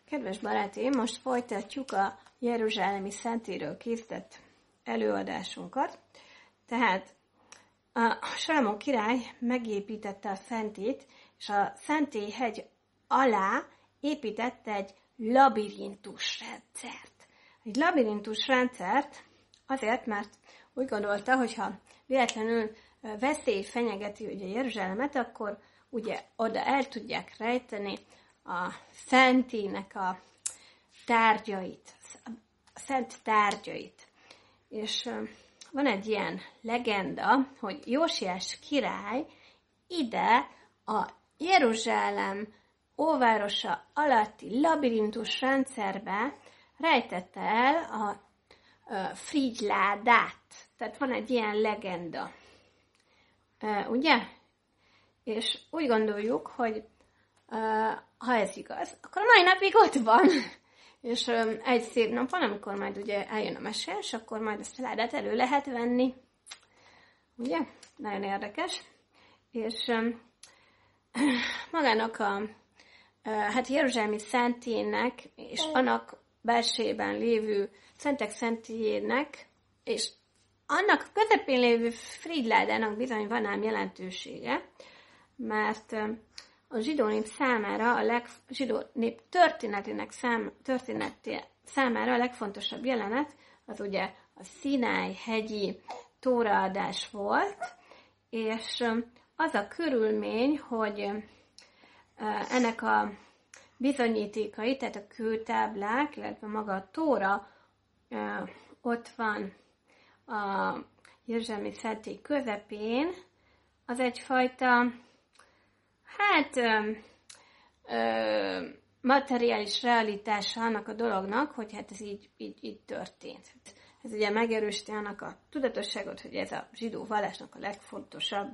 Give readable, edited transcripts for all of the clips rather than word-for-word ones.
Kedves barátaim, most folytatjuk a jeruzsálemi szentélyről készített előadásunkat. Tehát a Salamon király megépítette a szentélyt, és a szentélyhegy alá építette egy labirintus rendszert. Egy labirintus rendszert azért, mert úgy gondolta, hogyha véletlenül veszély fenyegeti ugye Jeruzsálemet, akkor ugye oda el tudják rejteni a szentélynek a tárgyait, a szent tárgyait. És van egy ilyen legenda, hogy Jósiás király ide a Jeruzsálem óvárosa alatti labirintus rendszerbe rejtette el a frigyládát. Tehát van egy ilyen legenda. Ugye? És úgy gondoljuk, hogy ha ez igaz, akkor mai napig ott van. És egy szép nap van, amikor majd ugye eljön a mese, és akkor majd ezt a ládát elő lehet venni. Ugye? Nagyon érdekes. És magának a jeruzsálemi szentélynek, és annak belsejében lévő szentek szentélyének, és annak közepén lévő frigyládának bizony van ám jelentősége, mert a zsidó nép számára, zsidó nép történetének számára a legfontosabb jelenet az ugye a Szináj hegyi tóraadás volt, és az a körülmény, hogy ennek a bizonyítékai, tehát a kőtáblák, illetve maga a tóra ott van a jeruzsálemi szentély közepén, az egyfajta materiális realitása annak a dolognak, hogy hát ez így történt. Ez ugye megerősíti annak a tudatosságot, hogy ez a zsidó vallásnak a legfontosabb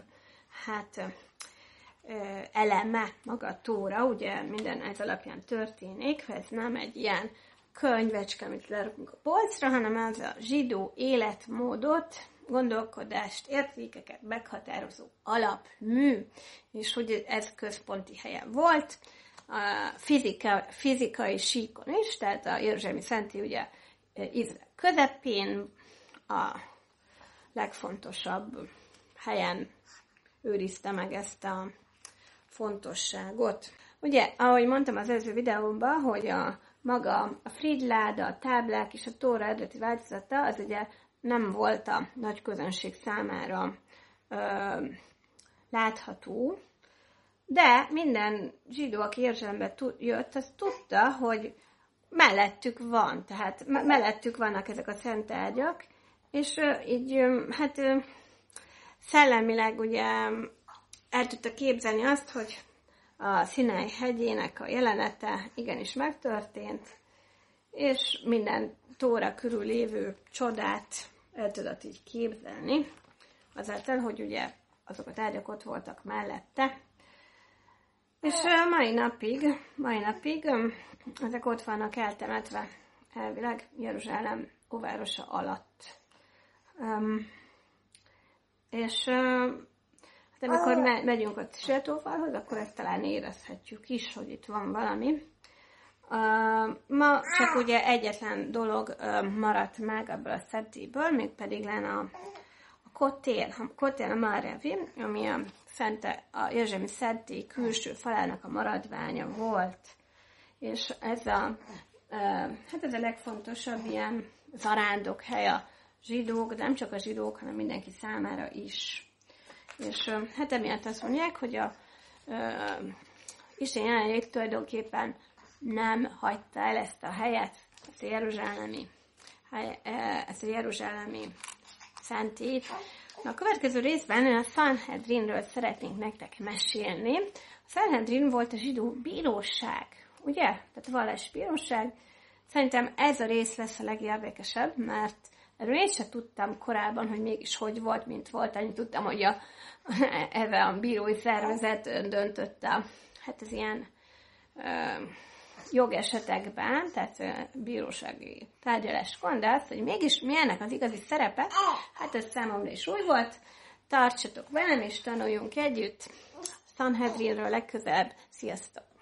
eleme, maga a tóra, ugye minden ez alapján történik, ez nem egy ilyen könyvecske, amit lerakunk a polcra, hanem ez a zsidó életmódot, gondolkodást, értékeket meghatározó alapmű, és hogy ez központi helyen volt, a fizikai síkon is, tehát a jeruzsálemi szentély ugye Izrael közepén a legfontosabb helyen őrizte meg ezt a fontosságot. Ugye, ahogy mondtam az előző videómban, hogy maga a frigyláda, a táblák és a tóra eredeti változata, az ugye nem volt a nagy közönség számára látható, de minden zsidó, aki Jeruzsálembe jött, az tudta, hogy mellettük van, tehát mellettük vannak ezek a szent tárgyak, és így szellemileg ugye el tudta képzelni azt, hogy a Szináj hegyének a jelenete igenis megtörtént, és minden tóra körül lévő csodát el tudott így képzelni, azáltal, hogy ugye azok a tárgyak ott voltak mellette. És mai napig ezek ott vannak eltemetve elvileg Jeruzsálem óvárosa alatt. És amikor megyünk a sétófalhoz, akkor ezt talán érezhetjük is, hogy itt van valami. Ma csak ugye egyetlen dolog maradt meg ebből a szentélyből, mégpedig lenne a kotél a Marevi, ami a jeruzsálemi szentély külső falának a maradványa volt. És ez a legfontosabb ilyen zarándokhely a zsidók, de nem csak a zsidók, hanem mindenki számára is. És emiatt azt mondják, hogy Isten jelenlét tulajdonképpen nem hagyta el ezt a helyet, ezt a jeruzsálemi szentélyt. A következő részben a Sanhedrinről szeretnénk nektek mesélni. A Sanhedrin volt a zsidó bíróság, ugye? Tehát a vallási bíróság. Szerintem ez a rész lesz a legérdekesebb, mert erről én sem tudtam korábban, hogy mégis hogy volt, mint volt. Annyit tudtam, hogy a bírói szervezet döntötte, az ilyen jogesetekben, tehát bírósági tárgyaláskon, de azt, hogy mégis mi ennek az igazi szerepe, ez számomra is új volt. Tartsatok velem, és tanuljunk együtt Sanhedrinről legközelebb. Sziasztok!